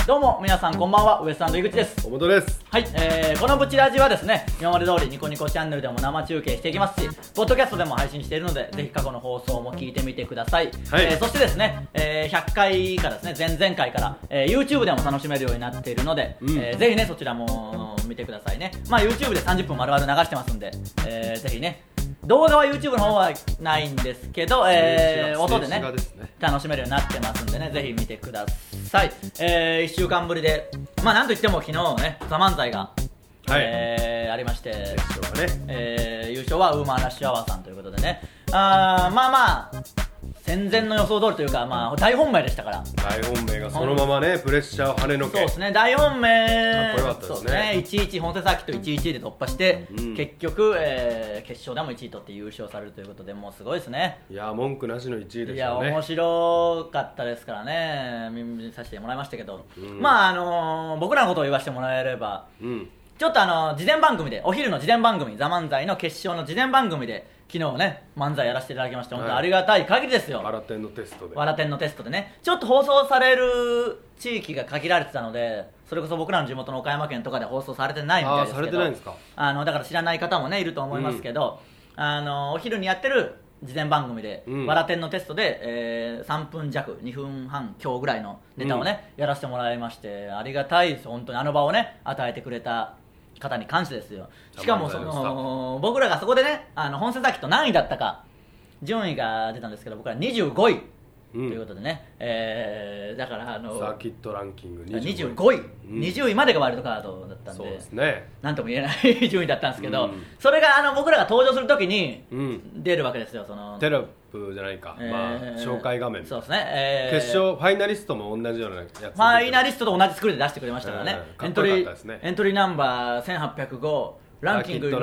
どうも皆さんこんばんは、ウエストランド井口です。 おもとです。 はい、このブチラジはですね、今まで通りニコニコチャンネルでも生中継していきますし、ポッドキャストでも配信しているので、ぜひ過去の放送も聞いてみてください。 はい、 そしてですね、100回からですね、前々回から、YouTube でも楽しめるようになっているので、ぜひねそちらも見てくださいね。まあ YouTube で30分丸々流してますんで、ぜひね。動画は YouTube の方はないんですけど、音でね楽しめるようになってますんでね、ぜひ見てください。1週間ぶりで、まあなんといっても昨日ね、ザ・漫才が、 はい、 ありまして、 決勝がね、優勝はウーマンラッシュアワーさんということでね、まあ戦前の予想通りというか、まあ、大本命でしたから。 大本命がそのままね、プレッシャーを跳ねのけ。 そうですね、大本命かっこよかったですね。 1-1、本手先と 1-1 で突破して、結局、決勝でも1位取って優勝されるということで、もうすごいですね。 いや、文句なしの1位でしたね。 いや、面白かったですからね、見させてもらいましたけど、まあ僕らのことを言わせてもらえれば、ちょっと事前番組で、お昼の事前番組、ザ・漫才の決勝の事前番組で、昨日ね、漫才やらせていただきまして、本当にありがたい限りですよ。 わらてんのテストで。 わらてんのテストでね、ちょっと放送される地域が限られてたので、それこそ僕らの地元の岡山県とかで放送されてないみたいですけど、 されてないんですか。 だから知らない方もねいると思いますけど、お昼にやってる事前番組で、わらてんのテストで、3分弱、2分半強ぐらいのネタをね、やらせてもらいまして、ありがたいです。本当にあの場をね与えてくれた方に感謝ですよ。しかも僕らがそこでね、本瀬崎と何位だったか順位が出たんですけど、僕ら25位ということでね、だからサーキットランキング 25位、20位までがワイルドカードだったんで、 そうですね、 なんとも言えない順位だったんですけど、それが僕らが登場するときに出るわけですよ。そのテロップじゃないか、紹介画面。 そうですね、 決勝ファイナリストも同じようなやつ、ファイナリストと同じ作りで出してくれましたからね。 かっこよかったですね。 エントリーナンバー1805、ランキング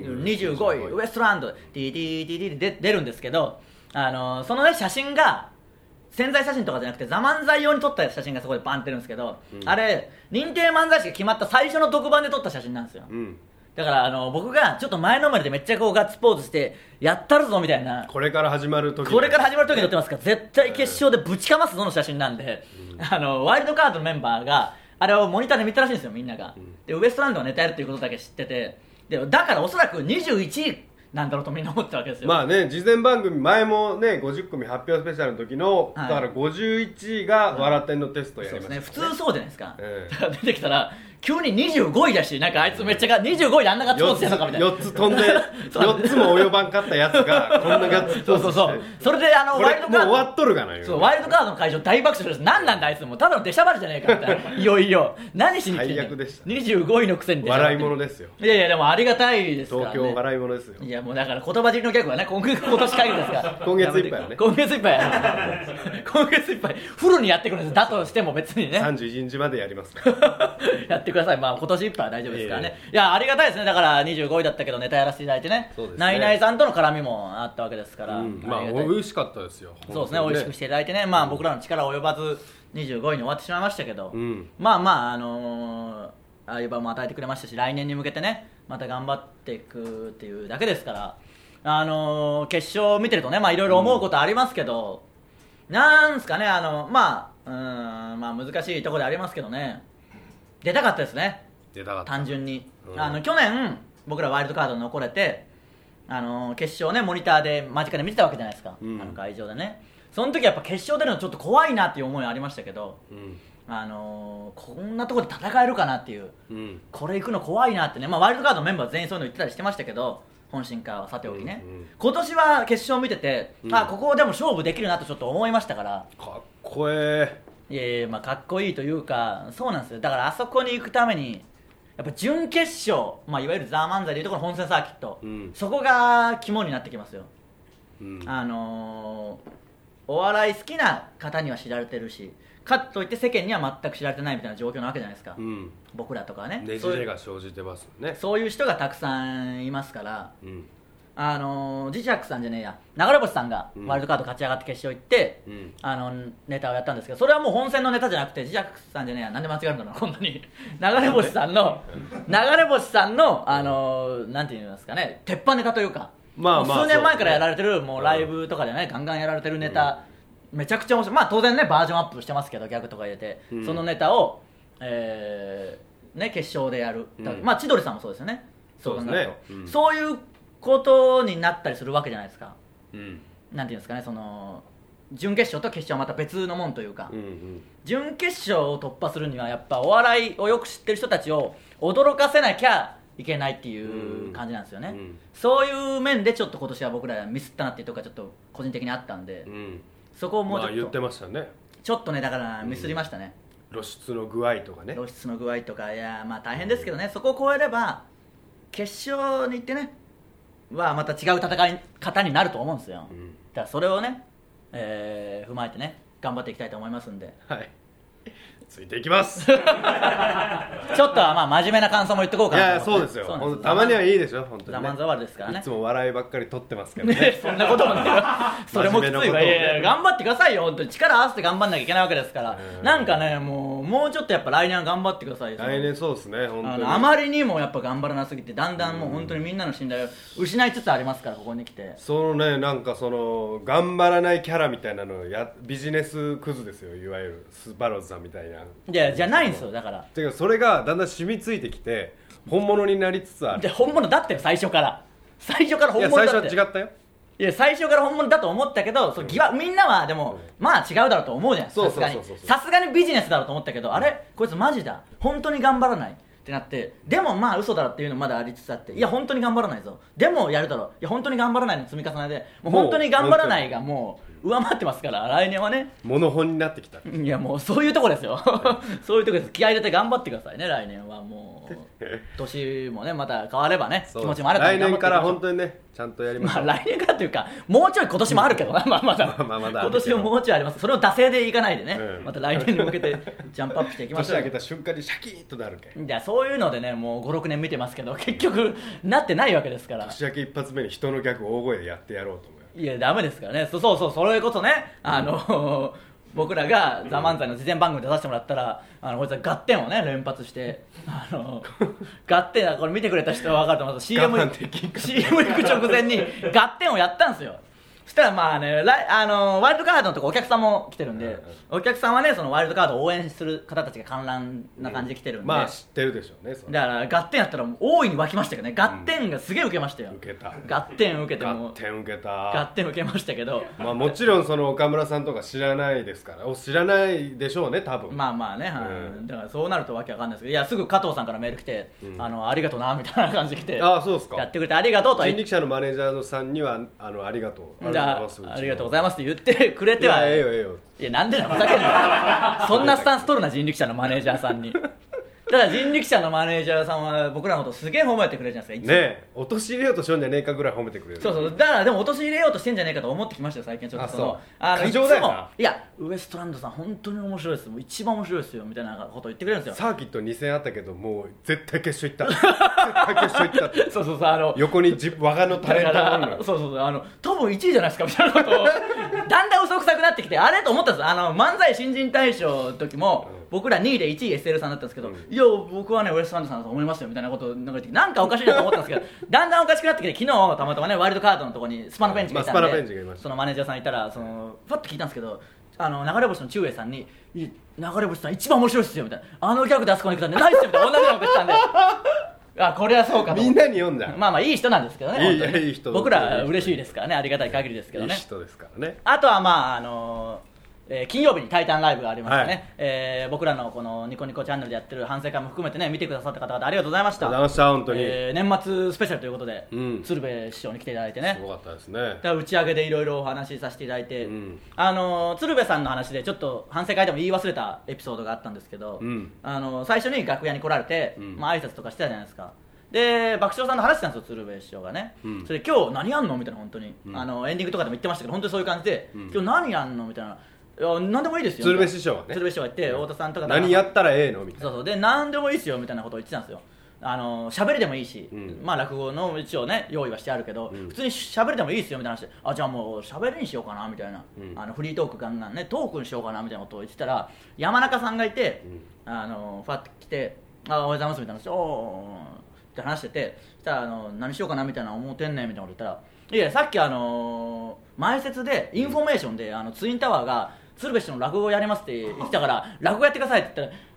25位、ウエストランドディディディディで出るんですけど、そのね写真が宣材写真とかじゃなくて、ザ・漫才用に撮った写真がそこでバンってるんですけど、あれ認定漫才師が決まった最初の特番で撮った写真なんですよ。だから僕がちょっと前のめりでめっちゃこうガッツポーズしてやったるぞみたいな、 これから始まる時に撮ってますから、絶対決勝でぶちかますぞの写真なんで、ワイルドカードのメンバーがあれをモニターで見たらしいんですよ、みんなが。でウエストランドがネタやるっていうことだけ知ってて、でだからおそらく21位なんだろうとみんな思ってたわけですよ。 まあね、事前番組前もね、50組発表スペシャルの時の、だから51位がわらてんのテストやりましたね。 普通そうじゃないですか。だから出てきたら急に25位だし、なんかあいつめっちゃ25位であんなガッツポーズしてたのかみたいな、 4つ飛んで4つも及ばんかったやつがこんなガッツポーズして、 それでワイルドカードもう終わっとるがなよ。 ワイルドカードの会場大爆笑です。何なんだあいつ、もうただの出しゃばりじゃねえかみたいな、いよいよ何しに来てんの。 最悪でした。 25位のくせに出しゃばり、 笑い物ですよ。 いやいや、でもありがたいですからね。 東京笑い物ですよ。 いやもうだから言葉尻のギャグはね、今年限りですから今月いっぱいはね、 今月いっぱいフルにやってくるんです。だとしても別にね 31日までやりますからやってください。まあ今年いっぱいは大丈夫ですからね。いやありがたいですね。だから25位だったけどネタやらせていただいてね、ナイナイさんとの絡みもあったわけですから、 まあ美味しかったですよ。 そうですね、美味しくしていただいてね、まあ僕らの力及ばず25位に終わってしまいましたけど、まあまあああいう場も与えてくれましたし、来年に向けてねまた頑張っていくっていうだけですから、決勝見てるとね、まあいろいろ思うことありますけど、なんすかね、まあ難しいところでありますけどね、出たかったですね。 出たかった、 単純に、去年僕らワイルドカードに残れて、決勝ねモニターで間近で見てたわけじゃないですか、会場でね。その時やっぱ決勝出るのちょっと怖いなっていう思いはありましたけど、こんなところで戦えるかなっていう、これ行くの怖いなってね、まあ、ワイルドカードのメンバー全員そういうの言ってたりしてましたけど、本心かはさておきね、今年は決勝見てて、ここでも勝負できるなとちょっと思いましたから。 かっこええ。いやいや、まあかっこいいというか、そうなんですよ。だからあそこに行くためにやっぱ準決勝、まあ、いわゆるザ・漫才でいうところの本戦サーキット、そこが肝になってきますよ。お笑い好きな方には知られてるし、かといって世間には全く知られてないみたいな状況なわけじゃないですか、僕らとかはね。 ねじれが生じてますね。 そういう人がたくさんいますから、磁石さんじゃねえや、流れ星さんがワイルドカード勝ち上がって決勝行って、ネタをやったんですけど、それはもう本戦のネタじゃなくて、磁石さんじゃねえや、なんで間違えるんだろうこんなに流れ星さんのなんていうんですかね、鉄板ネタというか、数年前からやられてる、もうライブとかでねガンガンやられてるネタ、めちゃくちゃ面白い。まあ当然ねバージョンアップしてますけど、ギャグとか入れて、そのネタを決勝でやる、千鳥さんもそうですよね。 そうですね、 そういうことになったりするわけじゃないですか。なんていうんですかね、その準決勝と決勝はまた別のもんというか、準決勝を突破するにはやっぱお笑いをよく知ってる人たちを驚かせなきゃいけないっていう感じなんですよね、そういう面でちょっと今年は僕らミスったなっていうところがちょっと個人的にあったんで、そこをもうちょっと、 言ってましたね。 ちょっとね、だからミスりましたね、 露出の具合とかね。 露出の具合とか、いやまあ大変ですけどね、そこを超えれば決勝に行ってねはまた違う戦い方になると思うんですよ、だからそれをね、踏まえてね頑張っていきたいと思いますんで、 はい、ついていきますちょっとはまあ真面目な感想も言ってこうかなと思って。 いやそうですよ、たまにはいいでしょ、本当にね。 ザマンザワールですからね。 いつも笑いばっかり取ってますけどねそんなこともねそれもきついわ。いやいや頑張ってくださいよ、本当に力合わせて頑張んなきゃいけないわけですから、なんかねもうちょっとやっぱ来年は頑張ってくださいよ。 来年そうですね、本当にあまりにもやっぱ頑張らなすぎてだんだんもう本当にみんなの信頼を失いつつありますから、ここに来てそのね、なんかその頑張らないキャラみたいなのビジネスクズですよ、いわゆるスバロズさんみたいな。 いやじゃないんですよ、だからてかそれがだんだん染みついてきて本物になりつつある。 で本物だったよ、最初から本物だって。 いや最初は違ったよ。 いや最初から本物だと思ったけど、みんなはでも、まあ違うだろうと思うじゃん。さすがにビジネスだろうと思ったけど、あれこいつマジだ、本当に頑張らないってなって、でもまあ嘘だろっていうのまだありつつあって、いや本当に頑張らないぞ、でもやるだろう、いや本当に頑張らないの積み重ねで、もう本当に頑張らないがもう上回ってますから、来年はねモノ本になってきた。 いやもうそういうとこですよそういうとこです。気合い入れて頑張ってくださいね、来年は。もう年もねまた変わればね、気持ちも新たに頑張っていきましょう。 来年から本当にねちゃんとやりましょう。 来年からというかもうちょい今年もあるけどなまだ今年ももうちょいあります。それを惰性でいかないでね、また来年に向けてジャンプアップしていきましょう。 年明けた瞬間にシャキッとなるけん。 いやそういうのでねもう 5,6 年見てますけど結局なってないわけですから、 年明け一発目に人のギャグ大声でやってやろうと思う。 いやダメですからね。そうそれこそね僕らが「ザ漫才の事前番組出させてもらったらこいつはガッテンをね連発してガッテン、これ見てくれた人は分かると思います。 CM 行く直前にガッテンをやったんですよ。そしたらまあねワイルドカードのとこお客さんも来てるんで、お客さんはねそのワイルドカードを応援する方たちが観覧な感じで来てるんで、 まあ知ってるでしょうね。 だからガッテンやったら大いに沸きましたけどね。ガッテンがすげえ受けましたよ。 受けた。 ガッテン受けてもガッテン受けた。 ガッテン受けましたけど、 まあもちろんその岡村さんとか知らないですから、知らないでしょうね多分。 まあね、だからそうなるとわけわかんないですけど、いやすぐ加藤さんからメール来て、ありがとうなみたいな感じで来て、 ああそうですか。 やってくれてありがとうとは人力車のマネージャーさんにはありがとう、 ありがとうございますって言ってくれては、 いやええよええよ、 いやなんでだふざけんなそんなスタンス取るな人力車のマネージャーさんにただ人力車のマネージャーさんは僕らのことすげえ褒めてくれるじゃないですか。 ねえ落とし入れようとしようんじゃねえかぐらい褒めてくれる。 そうだからでも落とし入れようとしてんじゃねえかと思ってきましたよ最近。ちょっと過剰だよな。 いやウエストランドさん本当に面白いです、もう一番面白いですよみたいなこと言ってくれるんですよ。 サーキット2戦あったけどもう絶対決勝行った絶対決勝行ったってそう横に我がのタレントがおるのよ。 そう多分1位じゃないですかみたいなことをだんだん嘘くさくなってきて、あれと思ったんです。漫才新人大賞の時も、僕ら2位で1位 SL さんだったんですけど、いや僕はねウエストランドさんだと思いますよみたいなことをなんかおかしいなと思ったんですけどだんだんおかしくなってきて、昨日たまたまねワイルドカードのところにスパナペンチがいたんで、そのマネージャーさんいたらファッと聞いたんですけど、流れ星の中英さんに「流れ星さん一番面白いっすよ」みたいな、ギャグであそこに来たんでナイスみたいな同じようなことしたんでこれはそうかと。 みんなに読んだ。 まあいい人なんですけどね。 いい人。 僕ら嬉しいですからね、ありがたい限りですけどね。 いい人ですからね。 あとは金曜日にタイタンライブがありましたね、僕らのこのニコニコチャンネルでやってる反省会も含めてね見てくださった方々ありがとうございました。 ありがとうございました本当に、 年末スペシャルということで、鶴瓶師匠に来ていただいてね、 すごかったですね。 だから打ち上げでいろいろお話しさせていただいて、鶴瓶さんの話でちょっと反省会でも言い忘れたエピソードがあったんですけど、最初に楽屋に来られて、挨拶とかしてたじゃないですか。で爆笑さんの話したんですよ鶴瓶師匠がね、それで今日何やんのみたいな、本当に、エンディングとかでも言ってましたけど本当にそういう感じで、今日何やんのみたいな、いや何でもいいですよ鶴瓶師匠はね、 鶴瓶師匠が言って、太田さんとか何やったらええのみたいな、 そうで何でもいいですよみたいなことを言ってたんですよ。喋りでもいいし、まあ落語の一応ね用意はしてあるけど、普通に喋りでもいいですよみたいな話で、じゃあもう喋りにしようかなみたいな、フリートークガンガンねトークにしようかなみたいなことを言ってたら、山中さんがいて、ファッて来ておはようございますみたいな話をって話してて、そしたら何しようかなみたいな思ってんねんみたいなこと言ったら、いやさっき前説でインフォメーションでツインタワーが鶴瓶師匠の落語をやりますって言ってたから落語やってくださいって言った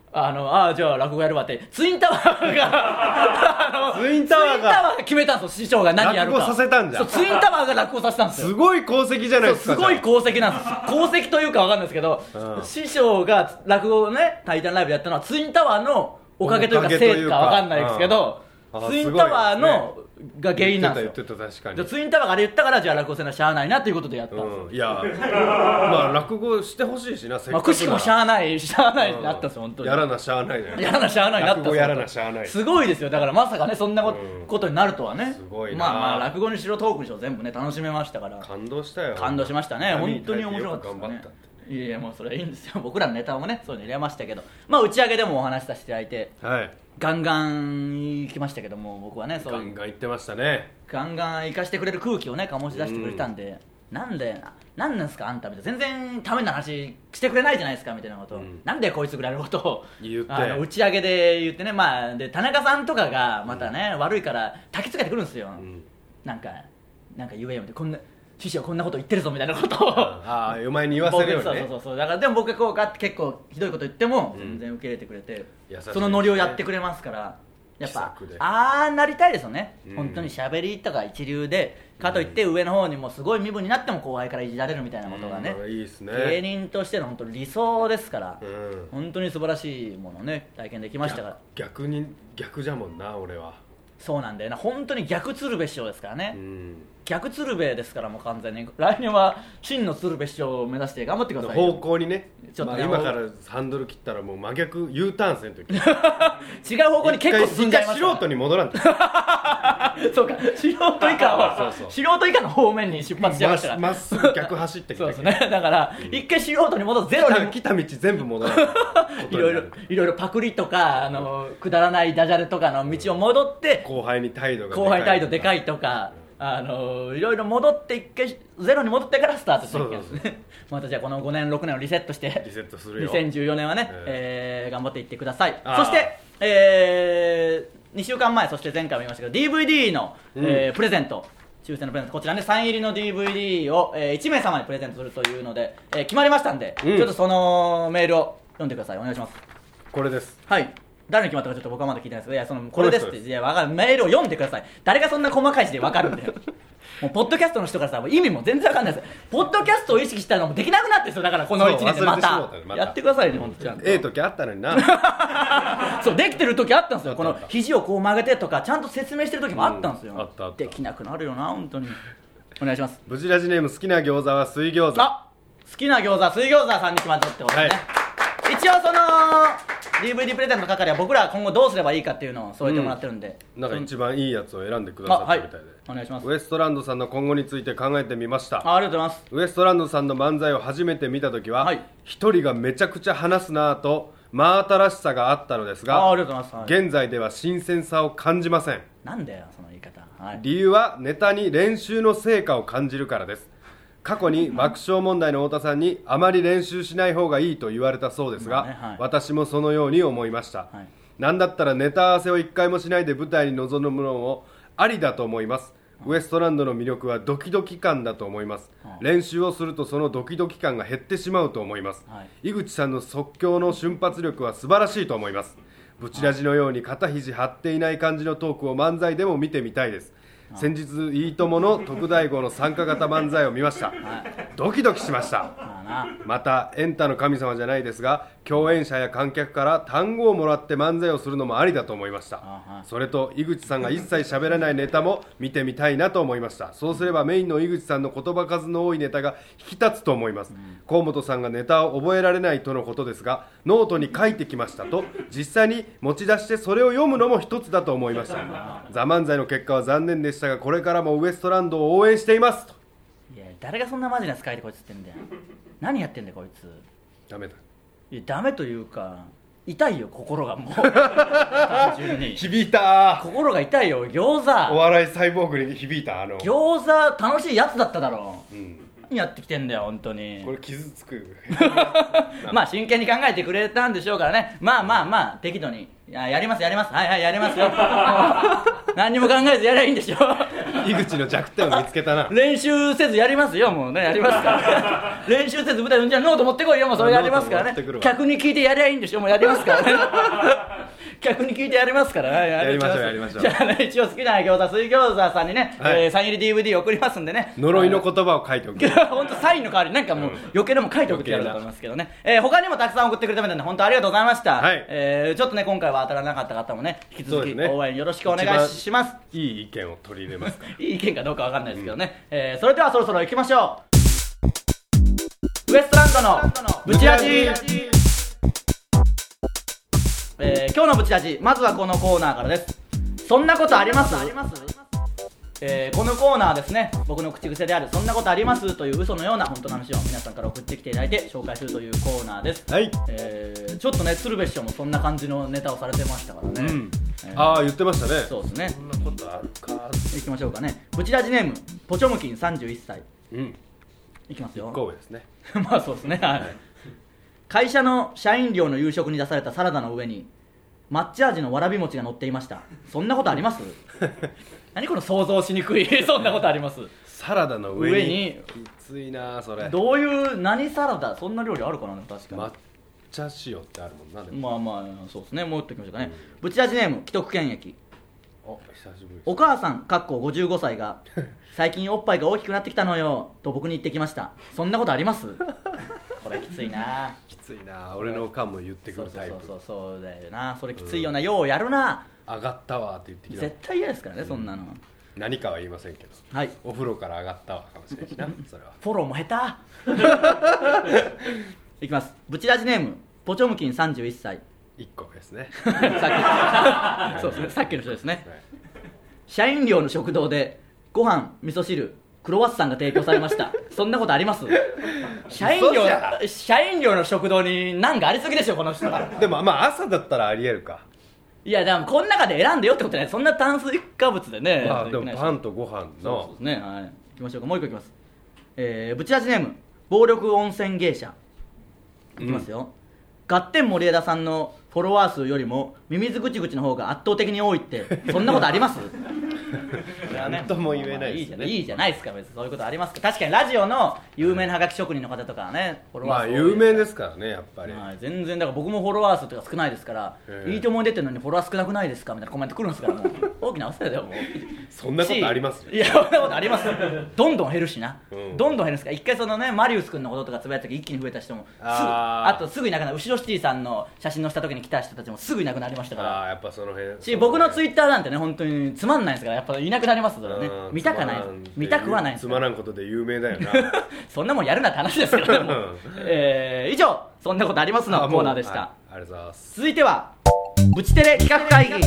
じゃあ落語やるわってツインタワーがツインタワーが決めたんですよ、師匠が何やるか。 落語させたんじゃん。 そうツインタワーが落語させたんですよ。 すごい功績じゃないですか。 すごい功績なんです。功績というかわかんないですけど、師匠が落語をねタイタンライブでやったのはツインタワーのおかげというか成果わかんないですけど、ツインタワーのが原因なんですよ。 言ってた確かに。 ツインタワーがあれ言ったからじゃあ落語せなしゃあないなということでやったんですよ。 いやまあ落語してほしいしな、せっかくなら。 くしくもしゃあないってなったんですよ本当に。 やらなしゃあないね。 やらなしゃあないなったんですよ。 落語やらなしゃあない。 すごいですよ。だからまさかねそんなことになるとはね。 すごいな。 まあ落語にしろトークにしろ全部ね楽しめましたから。 感動したよ。 感動しましたね。本当に面白かったですね。 頑張ったって。 いやもうそれはいいんですよ。僕らのネタもねそういうの入れましたけど、まあ打ち上げでもお話しさせていただいて、 はい、 ガンガン行きましたけども、僕はねそういうガンガン行ってましたね。 ガンガン行かしてくれる空気をね醸し出してくれたんで、なんなんですかあんたみたいな、全然ための話してくれないじゃないですかみたいなことを、なんでこいつぐらいのことを言って打ち上げで言ってね、まあで田中さんとかがまたね、悪いから焚きつけてくるんですよ、なんか言えよみたいな、こんな師匠こんなこと言ってるぞみたいなことをお前に言わせるよね。 そうだからでも僕がこう結構ひどいこと言っても全然受け入れてくれて、そのノリをやってくれますから、やっぱなりたいですよね、本当に喋りとか一流でかといって上の方にもすごい身分になっても後輩からいじられるみたいなことがね、 いいですね。 芸人としての本当理想ですから、本当に素晴らしいものをね体験できましたから。 逆じゃもんな俺は。 そうなんだよな、本当に逆鶴瓶師匠ですからね、逆鶴瓶ですから、もう完全に来年は真の鶴瓶師匠を目指して頑張ってくださいよ。 方向にね、ちょっと今からハンドル切ったらもう真逆 U ターンせんとき違う方向に結構進んじゃいました。 素人に戻らんとそうか、素人以下の方面に出発しちゃいましたから、 まっすぐ逆走ってきた。 そうですね、だから一回素人に戻ってゼロに来た道全部戻らんいろいろパクリとかくだらないダジャレとかの道を戻って、 後輩態度でかいとか、いろいろ戻って一回ゼロに戻ってからスタートしていきますね。またじゃあこの5年6年をリセットしてリセットするよ。 2014年はね、頑張っていってください。そして、2週間前、そして前回も言いましたけど DVD の、プレゼント、抽選のプレゼント、こちらねサイン入りの DVD を、1名様にプレゼントするというので、決まりましたんで、ちょっとそのメールを読んでください。お願いします。 これです。 はい、誰に決まったかちょっと僕はまだ聞いてないですけど、いやこれですって、いや分かる、メールを読んでください。誰がそんな細かい字で分かるんだよもうポッドキャストの人からさ、意味も全然分かんないです。ポッドキャストを意識したのもできなくなってるんですよ。だからこの1年でまたやってくださいね、本当ちゃんと。 時あったのになそうできてる時あったんですよ。この肘をこう曲げてとかちゃんと説明してる時もあったんですよ、 あったできなくなるよな本当に。お願いします。 ブチラジネーム好きな餃子は水餃子。 好きな餃子水餃子さんに決まったってことですね、一応その DVD プレゼントの係は僕ら今後どうすればいいかっていうのを添えてもらってるんで、 なんか一番いいやつを選んでくださったみたいで、 お願いします。 ウエストランドさんの今後について考えてみました。 ありがとうございます。 ウエストランドさんの漫才を初めて見たときは一人がめちゃくちゃ話すなぁと真新しさがあったのですが、 ありがとうございます。 現在では新鮮さを感じません。 なんだよその言い方、 理由はネタに練習の成果を感じるからです。過去に爆笑問題の太田さんにあまり練習しない方がいいと言われたそうですが、私もそのように思いました。なんだったらネタ合わせを1回もしないで舞台に臨むのもありだと思います。ウエストランドの魅力はドキドキ感だと思います。練習をするとそのドキドキ感が減ってしまうと思います。井口さんの即興の瞬発力は素晴らしいと思います。ブチラジのように肩肘張っていない感じのトークを漫才でも見てみたいです。先日いいともの特大号の参加型漫才を見ました、ドキドキしました。またエンタの神様じゃないですが、共演者や観客から単語をもらって漫才をするのもありだと思いました。それと井口さんが一切喋らないネタも見てみたいなと思いました。そうすればメインの井口さんの言葉数の多いネタが引き立つと思います。河本さんがネタを覚えられないとのことですが、ノートに書いてきましたと実際に持ち出してそれを読むのも一つだと思いました。ザ・漫才の結果は残念でしたが、これからもウエストランドを応援していますと。 いや誰がそんなマジなやつ書いてこいつってんだよ。何やってんだよこいつ。 ダメだ。 いやダメというか痛いよ心がもう単純に響いた。 心が痛いよ。餃子お笑いサイボーグに響いた。 餃子楽しいやつだっただろう、何やってきてんだよ本当に。 これ傷つくまあ真剣に考えてくれたんでしょうからね。まあ適度にやりますはいはいやりますよ何にも考えずやりゃいいんでしょ井口の弱点を見つけたな練習せずやりますよもうねやりますから練習せず舞台じゃあノート持ってこいよもうそれやりますからね客に聞いてやりゃいいんでしょもうやりますからね客に聞いてやりますからやりましょうじゃあね一応好きな餃子水餃子さんにね、サイン入り DVD 送りますんでね呪いの言葉を書いておく本当サインの代わりになんかもう余計でも書いておくってやると思いますけどね、他にもたくさん送ってくれたみたいで本当ありがとうございました、ちょっとね今回は当たらなかった方もね引き続き応援よろしくお願いします。 いい意見を取り入れますからいい意見かどうかわかんないですけどね、それではそろそろ行きましょう。ウエストランドのブチラジ。今日のブチラジ、まずはこのコーナーからです。そんなことあります？このコーナーはですね、僕の口癖であるそんなことありますという嘘のような本当の話を皆さんから送ってきていただいて紹介するというコーナーです。 はい。 ちょっとね鶴瓶師匠もそんな感じのネタをされてましたからね、 ああ言ってましたね。 そうですね。 そんなことあるか。 いきましょうかね。ブチラジネームポチョムキン31歳。いきますよ。 1個上ですねまあそうですね、はい、会社の社員寮の夕食に出されたサラダの上に抹茶味のわらび餅が乗っていました。そんなことあります何この想像しにくいそんなことあります？ サラダの上にきついなそれ。 どういう何サラダ、そんな料理あるかな。確かに抹茶塩ってあるもんな。でもまあそうですね。もう一個いきましょうかね、ブチラジネーム既得権益。 久しぶり。 お母さん55歳が最近おっぱいが大きくなってきたのよと僕に言ってきました。そんなことあります？これきついな。 きついな。俺のおかんも言ってくるタイプ。 そうだよな。それきついよな、ようやるな。 上がったわって言ってきた。 絶対嫌ですからね、そんなの。 何かは言いませんけど、 はい、 お風呂から上がったわかもしれないしなそれは。 フォローも下手いきます。ブチラジネームポチョムキン31歳。 1個ですねそうですね、さっきの人ですね、社員寮の食堂でご飯味噌汁クロワッサンが提供されましたそんなことあります？社員寮の食堂に何かありすぎでしょこの人は。 でもまあ朝だったらありえるか。 いやでもこの中で選んでよってことじゃない。そんな炭水化物でね、 でもパンとご飯の。 そうですね、はい、いきましょうか。もう一個いきます。ブチラジネーム暴力温泉芸者。いきますよ、ガッテン森枝さんのフォロワー数よりもミミズグチグチの方が圧倒的に多いってそんなことあります？ 何とも言えないですね。 いいじゃないですか別に。そういうことありますか。確かにラジオの有名なハガキ職人の方とかはね、フォロワー数まあ有名ですからねやっぱり、 全然だから僕もフォロワー数とか少ないですから、いいともに出てるのにフォロワー少なくないですかみたいなコメント来るんですから、もう大きな汗だよもう。 そんなことあります？ いやそんなことあります。どんどん減るしな、どんどん減るんですから。一回そのねマリウス君のこととかつぶやいた時一気に増えた人もあとすぐいなくなる。後ろシティさんの写真のした時に来た人たちもすぐいなくなりましたから。 やっぱその辺し僕のツイッターなんてね本当につまんないですから、やっぱいなくなりますからね。見たくない、見たくはないです。 つまらんことで有名だよなそんなもんやるなって話ですけどねもう以上そんなことありますのコーナーでした。 ありがとうございます。 続いてはブチテレ企画会議。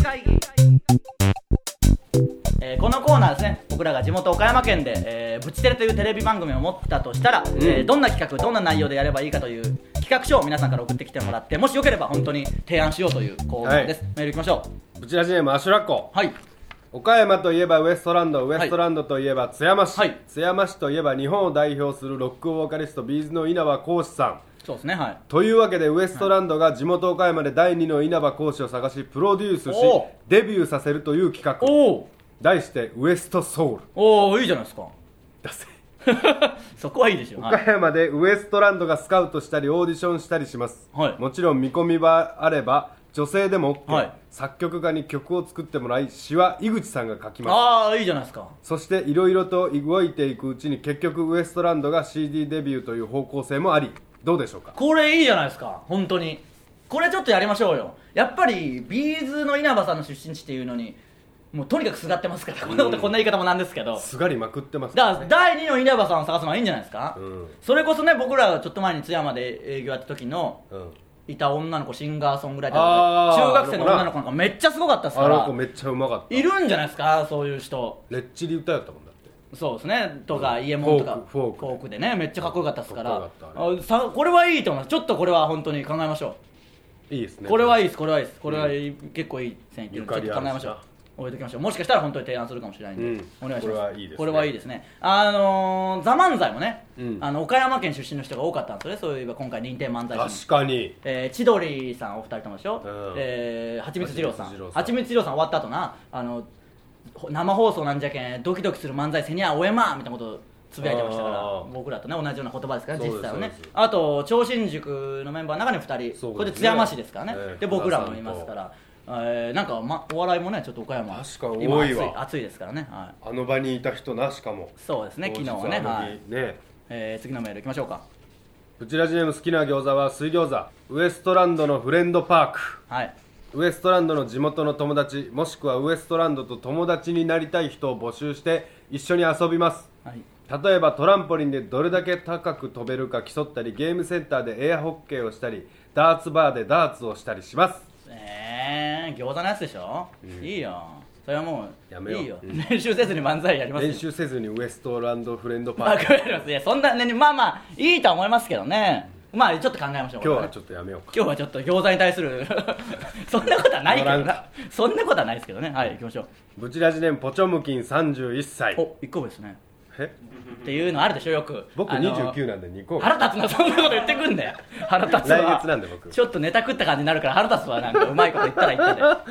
このコーナーですね、僕らが地元岡山県で、ブチテレというテレビ番組を持ったとしたら、どんな企画どんな内容でやればいいかという企画書を皆さんから送ってきてもらって、もしよければ本当に提案しようというコーナーです、メールいきましょう。ブチラジネームアシュラッコ。 はい。 岡山といえばウエストランド、ウエストランドといえば津山市、津山市といえば日本を代表するロックボーカリストビーズの稲葉浩志さん。 そうですね、はい。 というわけでウエストランドが地元岡山で第2の稲葉浩志を探しプロデュースしデビューさせるという企画、題してウエストソウル。 おお、いいじゃないですか。 だせそこはいいでしょ。 岡山でウエストランドがスカウトしたりオーディションしたりします、もちろん見込みがあれば女性でも OK、作曲家に曲を作ってもらい詩は井口さんが書きます。 ああ、いいじゃないですか。 そしていろいろと動いていくうちに結局ウエストランドが CD デビューという方向性もあり、どうでしょうか。 これいいじゃないですか。本当にこれちょっとやりましょうよ。やっぱりビーズの稲葉さんの出身地っていうのにもうとにかくすがってますから、こんなことこんな言い方もなんですけど、 すがりまくってますからね。だから第2の稲葉さんを探すのはいいんじゃないですか、それこそね、僕らちょっと前に津山で営業やった時の、いた女の子、シンガーソングライター中学生の女の子なんかめっちゃすごかったですから、 あの子めっちゃうまかった。 いるんじゃないですかそういう人。 レッチリ歌やったもんだって。 そうですね、とかイエモンとかフォークでね、めっちゃかっこよかったですから、これはいいと思います。ちょっとこれは本当に考えましょう。 いいですね。 これはいいです、これはいいです、これは結構いい線いってるんで、ちょっと考えましょう。 置いときましょう。もしかしたら本当に提案するかもしれないんで、お願いします。 これはいいですね。 これはいいですね。ザ・漫才もね、岡山県出身の人が多かったんですよね。そういえば今回認定漫才師。 確かに。 千鳥さんお二人ともでしょ。はちみつ二郎さん。はちみつ二郎さん終わった後な、生放送なんじゃけんドキドキする漫才せにゃおえまみたいなことをつぶやいてましたから、僕らとね同じような言葉ですから、実際はね。あと超新塾のメンバーの中に2人、これで津山市ですからね。で僕らもいますから。なんか、お笑いもねちょっと岡山確かに多いわ。 暑いですからね、はい、 あの場にいた人な。しかもそうですね、昨日はね、はい次のメールいきましょうか。 ブチラジネーム好きな餃子は水餃子。ウエストランドのフレンドパーク、はい、ウエストランドの地元の友達もしくはウエストランドと友達になりたい人を募集して一緒に遊びます、はい、例えばトランポリンでどれだけ高く飛べるか競ったり、ゲームセンターでエアホッケーをしたり、ダーツバーでダーツをしたりします。 餃子のやつでしょ、いいよ、それはもうやめよう。 いいよ、練習せずに漫才やりますよ。 練習せずにウエストランドフレンドパークいやそんなね、まあいいとは思いますけどね。まあちょっと考えましょう。 今日はちょっとやめようか。 今日はちょっと餃子に対するそんなことはないけどな。そんなことはないですけどね。はい、行きましょう。 ブチラジネームポチョムキン31歳。 お、1個ですね。っていうのあるでしょ、よく。 僕29なんで2個。 腹立つな、そんなこと言ってくんだよ。腹立つわ。 来月なんで僕ちょっとネタ食った感じになるから腹立つわ。なんかうまいこと言ったら言ったで、はい、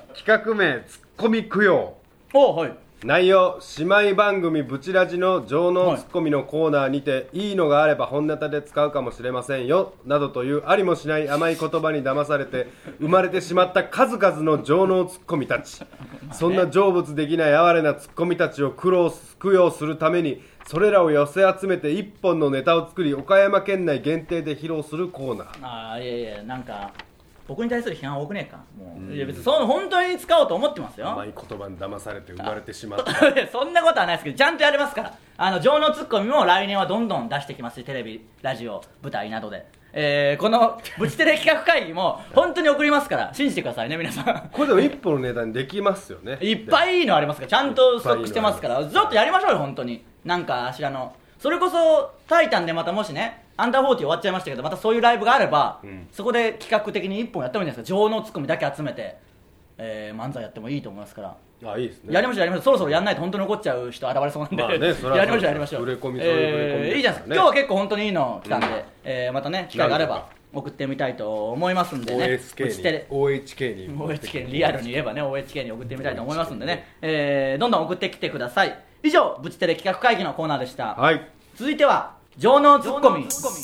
企画名ツッコミ供養。 お、はい。 内容、姉妹番組ブチラジの情能ツッコミのコーナーにて、いいのがあれば本ネタで使うかもしれませんよなどというありもしない甘い言葉に騙されて生まれてしまった数々の情能ツッコミたちそんな成仏できない哀れなツッコミたちを供養するために、それらを寄せ集めて一本のネタを作り、岡山県内限定で披露するコーナー。 いやいや、なんか僕に対する批判多くねえか。もういや別にその本当に使おうと思ってますよ。 甘い言葉に騙されて生まれてしまったそんなことはないですけど、ちゃんとやれますから。情能ツッコミも来年はどんどん出してきますし、テレビ、ラジオ、舞台などで、このブチテレ企画会議も本当に送りますから、信じてくださいね皆さん。 これでも一本のネタにできますよね。 いっぱいいいのありますから、ちゃんとストックしてますから、ちょっとやりましょうよ本当に。なんかあしらの、それこそタイタンでまたもしねアンダー40終わっちゃいましたけど、またそういうライブがあれば、そこで企画的に1本やってもいいんじゃないですか。情能ツッコミだけ集めて、漫才やってもいいと思いますから。 いいですね。 やりましょうやりましょう。そろそろやんないと本当に怒っちゃう人現れそうなんで、やりましょうやりましょう。いいじゃないですか。今日は結構本当にいいの来たんで、またね機会があれば送ってみたいと思いますんでね。OHK にリアルに言えばね OHK に送ってみたいと思いますんでね、どんどん送ってきてください。以上ブチテレ企画会議のコーナーでした。はい、続いては情能ツッコミ。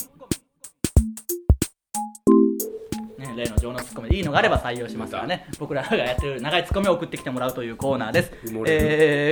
例の情のツッコミでいいのがあれば採用しますからね。僕らがやってる長いツッコミを送ってきてもらうというコーナーです。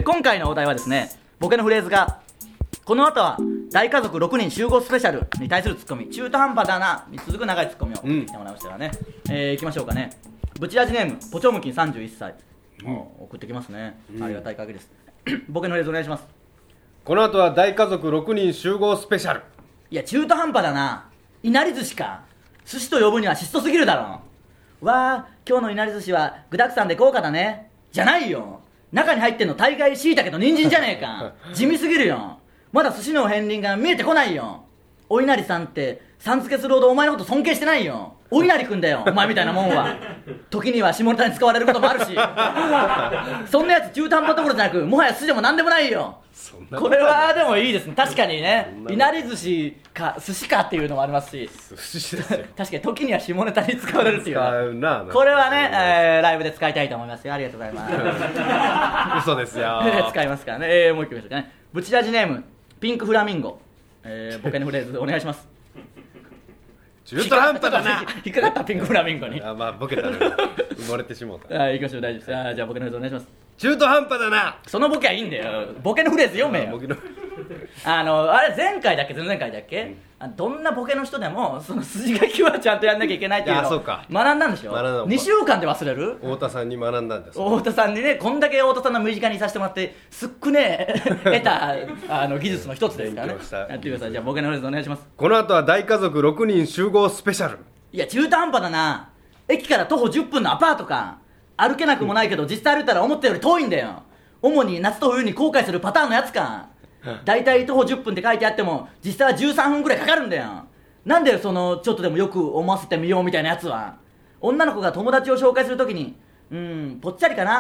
今回のお題はですね、ボケのフレーズがこの後は大家族6人集合スペシャルに対するツッコミ、中途半端だなに続く長いツッコミを送ってきてもらいましたからね。いきましょうかね。ブチラジネームポチョムキン31歳、送ってきますね。ありがたい限りです。ボケのフレーズお願いします。 この後は大家族6人集合スペシャル。 いや中途半端だな。いなり寿司か。寿司と呼ぶには質素すぎるだろ。わあ今日のいなり寿司は具沢山で豪華だね。じゃないよ、中に入ってんの大概椎茸と人参じゃねえか。地味すぎるよ。まだ寿司の片鱗が見えてこないよ。お稲荷さんってさん付けするほどお前のこと尊敬してないよ。お稲荷くんだよお前みたいなもんは。時には下ネタに使われることもあるしそんなやつ中途半端どころじゃなくもはや寿司でもなんでもないよ。これはでもいいですね。確かにね、いなり寿司か寿司かっていうのもありますし、 寿司ですよ確かに時には下ネタに使われるっていう使うな。 これはね、ライブで使いたいと思いますよ。ありがとうございます嘘ですよ使いますからね。もう一個いきましょうかね。ブチラジネームピンクフラミンゴ、ボケのフレーズお願いします。 中途半端だな。 引っかかったピンクフラミンゴに。 まあボケたら埋もれてしもうた。 行きましょう、大丈夫です。じゃあボケのフレーズお願いします。 中途半端だな。 そのボケはいいんだよ。ボケのフレーズ読めよ。あれ前回だっけ前々回だっけ、どんなボケの人でもその筋書きはちゃんとやんなきゃいけないっていうのを学んだんでしょ。2週間で忘れる。 太田さんに学んだんです。 太田さんにね、こんだけ太田さんの身近にさせてもらってすっくね得た技術の一つですからね。やってください。じゃあボケのフレーズお願いします。 この後は大家族6人集合スペシャル。 いや中途半端だな。駅から徒歩10分のアパートか。歩けなくもないけど実際歩いたら思ったより遠いんだよ。主に夏と冬に後悔するパターンのやつか。だいたい徒歩10分って書いてあっても実際は13分くらいかかるんだよ。なんでそのちょっとでもよく思わせてみようみたいなやつは。女の子が友達を紹介するときにぽっちゃりかな、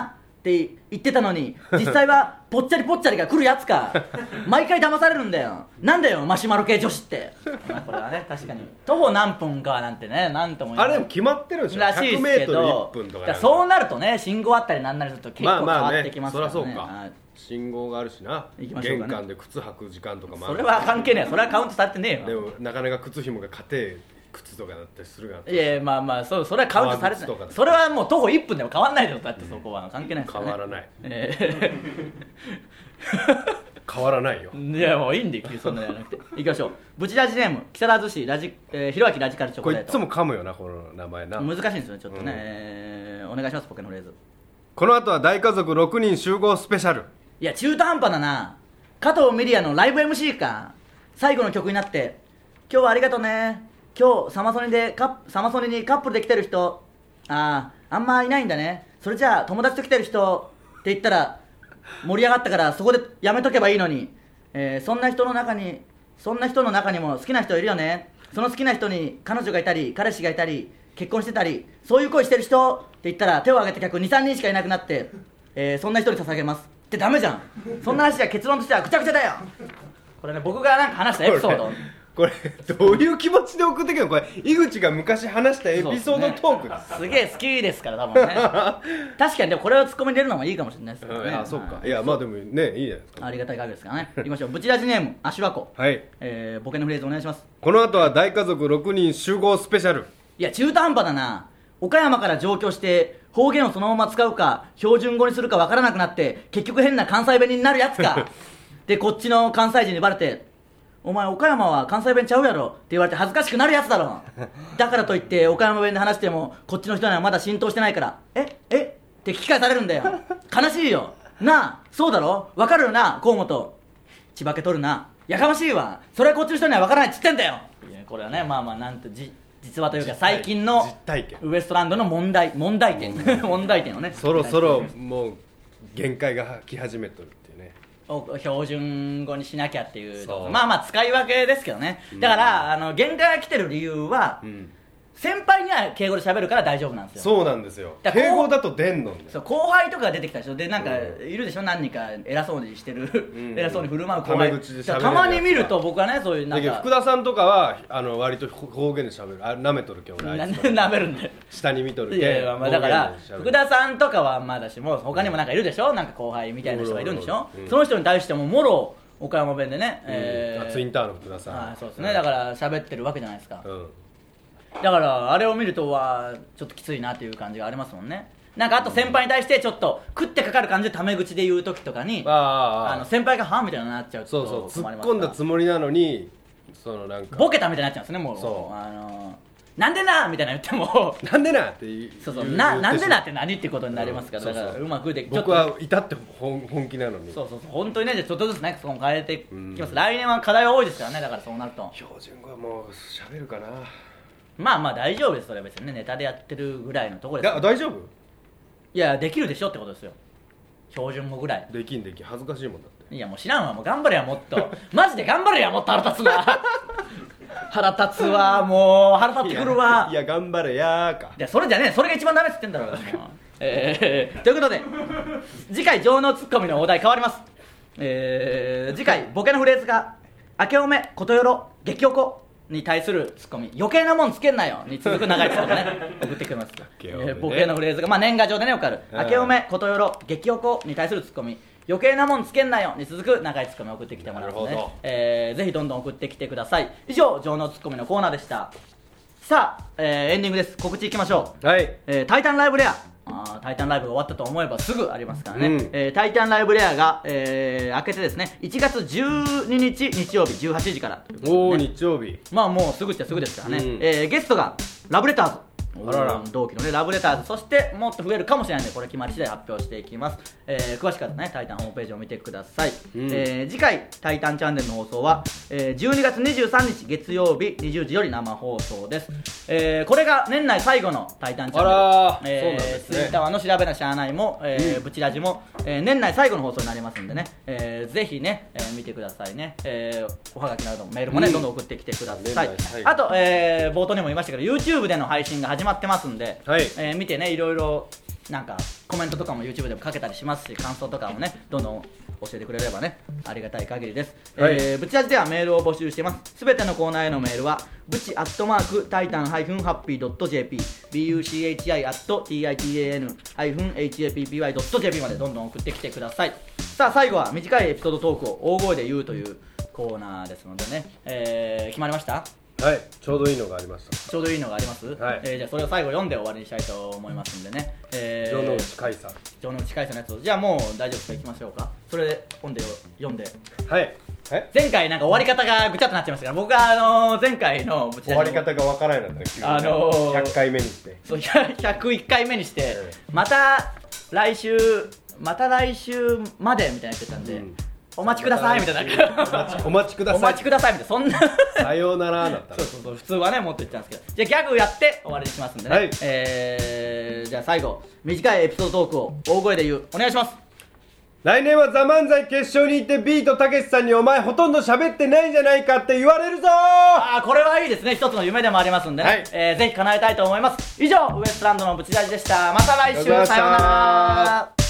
って言ってたのに実際はぽっちゃりぽっちゃりが来るやつか毎回騙されるんだよ。なんだよマシュマロ系女子って。まあこれはね確かに徒歩何分かなんてねなんとも言えない。 あれも決まってるでしょらしいですけど、 100m1分とかそうなるとね信号あったりなんなりすると結構変わってきますからね。 そりゃそうか、信号があるしな、玄関で靴履く時間とかもある。 それは関係ねえ、それはカウントされてねえよ。 でもなかなか靴紐が硬い靴とかだったりするが、 いやまあまあそれはカウントされてない。それはもう徒歩1分でも変わんないでよ。だってそこは関係ないですよね。 変わらない変わらないよ。 いやもういいんでそんなのやらなくていきましょう。ブチラジネーム木更津市ひろあきラジカルチョコレート。 これいつも噛むよなこの名前な。 難しいんですよねちょっとね、お願いしますポケのフレーズ。 この後は大家族6人集合スペシャル。 いや中途半端だな。加藤ミリアのライブ MC か。最後の曲になって今日はありがとうね。今日サマソニにカップルで来てる人あんまいないんだね。それじゃあ友達と来てる人って言ったら盛り上がったからそこでやめとけばいいのに、そんな人の中にも好きな人いるよね。その好きな人に彼女がいたり彼氏がいたり結婚してたりそういう恋してる人って言ったら手を挙げた客 2,3 人しかいなくなって、そんな人に捧げますってダメじゃん。そんな話は結論としてはぐちゃぐちゃだよ。これね僕がなんか話したエピソードこれどういう気持ちで送ってきたの。これ井口が昔話したエピソードトークです。 すげえ好きですから多分ね確かにでもこれをツッコミ入れるのもいいかもしれないですけどね。 そうか。いやまあでもねいいじゃないですか。 ありがたい限りですからね。いきましょう。ブチラジネームアシュワコ。 はい、 ボケのフレーズお願いします。 この後は大家族6人集合スペシャル。 いや中途半端だな。岡山から上京して方言をそのまま使うか標準語にするかわからなくなって結局変な関西弁になるやつかでこっちの関西人にバレてお前岡山は関西弁ちゃうやろって言われて恥ずかしくなるやつだろだからといって岡山弁で話してもこっちの人にはまだ浸透してないからって聞き返されるんだよ。悲しいよなあ。そうだろわかるよな河本。千葉家取るな。やかましいわ。それはこっちの人にはわからないっつってんだよ。いやこれはねまあなんて実話というか最近のウエストランドの問題点問題点をねそろそろもう限界が来始めとるっていうね。 標準語にしなきゃっていうまあ使い分けですけどね。だから限界が来てる理由は、先輩には敬語で喋るから大丈夫なんですよ。 そうなんですよ。敬語だと出んのね。 そう後輩とかが出てきたでしょ。でなんかいるでしょ何人か偉そうにしてる偉そうに振る舞う後輩たまに見ると僕はねそういうなんか福田さんとかは割と方言で喋る。なめとるけどなんでなめるんだよ。 下に見とるけ。 いやだから福田さんとかはまだしも他にもなんかいるでしょなんか後輩みたいな人がいるんでしょ。その人に対してももろ岡山弁でねツインターの福田さんそうですね。だから喋ってるわけじゃないですか。だからあれを見るとちょっときついなっていう感じがありますもんね。なんかあと先輩に対してちょっと食ってかかる感じでタメ口で言う時とかに先輩がはみたいになっちゃうと突っ込んだつもりなのになんかボケたみたいになっちゃうんですね。もうなんでなみたいな言ってもなんでなって言うなんでなって何ってことになりますから。だからうまくで僕はいたって本気なのにそう本当にねちょっとずつねそこも変えていきます。来年は課題は多いですからね。だからそうなると標準語はもう喋るかな。 まあ大丈夫です。それは別にねネタでやってるぐらいのところです。 大丈夫。 いやできるでしょってことですよ。標準語ぐらいできん恥ずかしいもんだって。 いやもう知らんわ。もう頑張れやもっとマジで頑張れやもっと腹立つな腹立つわもう腹立ってくるわ。 いや頑張れやーか。 いやそれじゃねえ。それが一番ダメって言ってんだろということで次回情のツッコミのお題変わります。次回ボケのフレーズが明けおめことよろ激おこに対するツッコミ余計なもんつけんなよに続く長いツッコミね送ってきますボケのフレーズが年賀状でねよくある明けおめことよろ激おこに対するツッコミ余計なもんつけんなよに続く長いツッコミを送ってきてもらいますので、ぜひどんどん送ってきてください。以上情のツッコミのコーナーでした。さあ、エンディングです。告知いきましょう。 はい、 タイタンライブレアタイタンライブが終わったと思えばすぐありますからね、タイタンライブレアが、明けてですね1月12日日曜日18時からということで、 おお日曜日まあもうすぐっちゃすぐですからね、ゲストがラブレターズ同期のねラブレターズ、そしてもっと増えるかもしれないのでこれ決まり次第発表していきます。詳しかったらねタイタンホームページを見てください。次回タイタンチャンネルの放送は、12月23日月曜日20時より生放送です。これが年内最後のタイタンチャンネル、ツイッターの調べなしゃあないも、ブチラジも、年内最後の放送になりますんでね、ぜひね、見てくださいね。おはがきなどもメールもね、どんどん送ってきてください。あと、冒頭にも言いましたけど YouTube での配信が始まってますんで、見てねいろいろなんかコメントとかも YouTube でもかけたりしますし、感想とかもねどんどん教えてくれればねありがたい限りです。 はい、 ブチラジではメールを募集しています。すべてのコーナーへのメールはブチ@titan-happy.jp buchi@titan-happy.jp までどんどん送ってきてください。さあ最後は短いエピソードトークを大声で言うというコーナーですのでね、決まりました？ はい、ちょうどいいのがありました。 ちょうどいいのがあります？ はい、 じゃあそれを最後読んで終わりにしたいと思いますんでね。 城之内海さん。 城之内海さんのやつをじゃあもう大丈夫ですか、いきましょうか。それで読んで。 はい。 前回なんか終わり方がぐちゃっとなっちゃいましたから、僕は前回の終わり方がわからないんだったら100回目にしてそう101回目にして、また来週までみたいな言ってたんで、お待ちくださいみたいなお待ちくださいみたいな、そんなさようならだったらそう普通はねもっと言ってたんですけど、じゃあギャグやって終わりにしますんでね、はい、じゃあ最後短いエピソードトークを大声で言う、お願いします。 来年はザ・漫才決勝に行ってビートたけしさんにお前ほとんど喋ってないんじゃないかって言われるぞー。 これはいいですね、一つの夢でもありますんでね、はい、ぜひ叶えたいと思います。以上ウエストランドのブチラジでした。また来週、さようなら。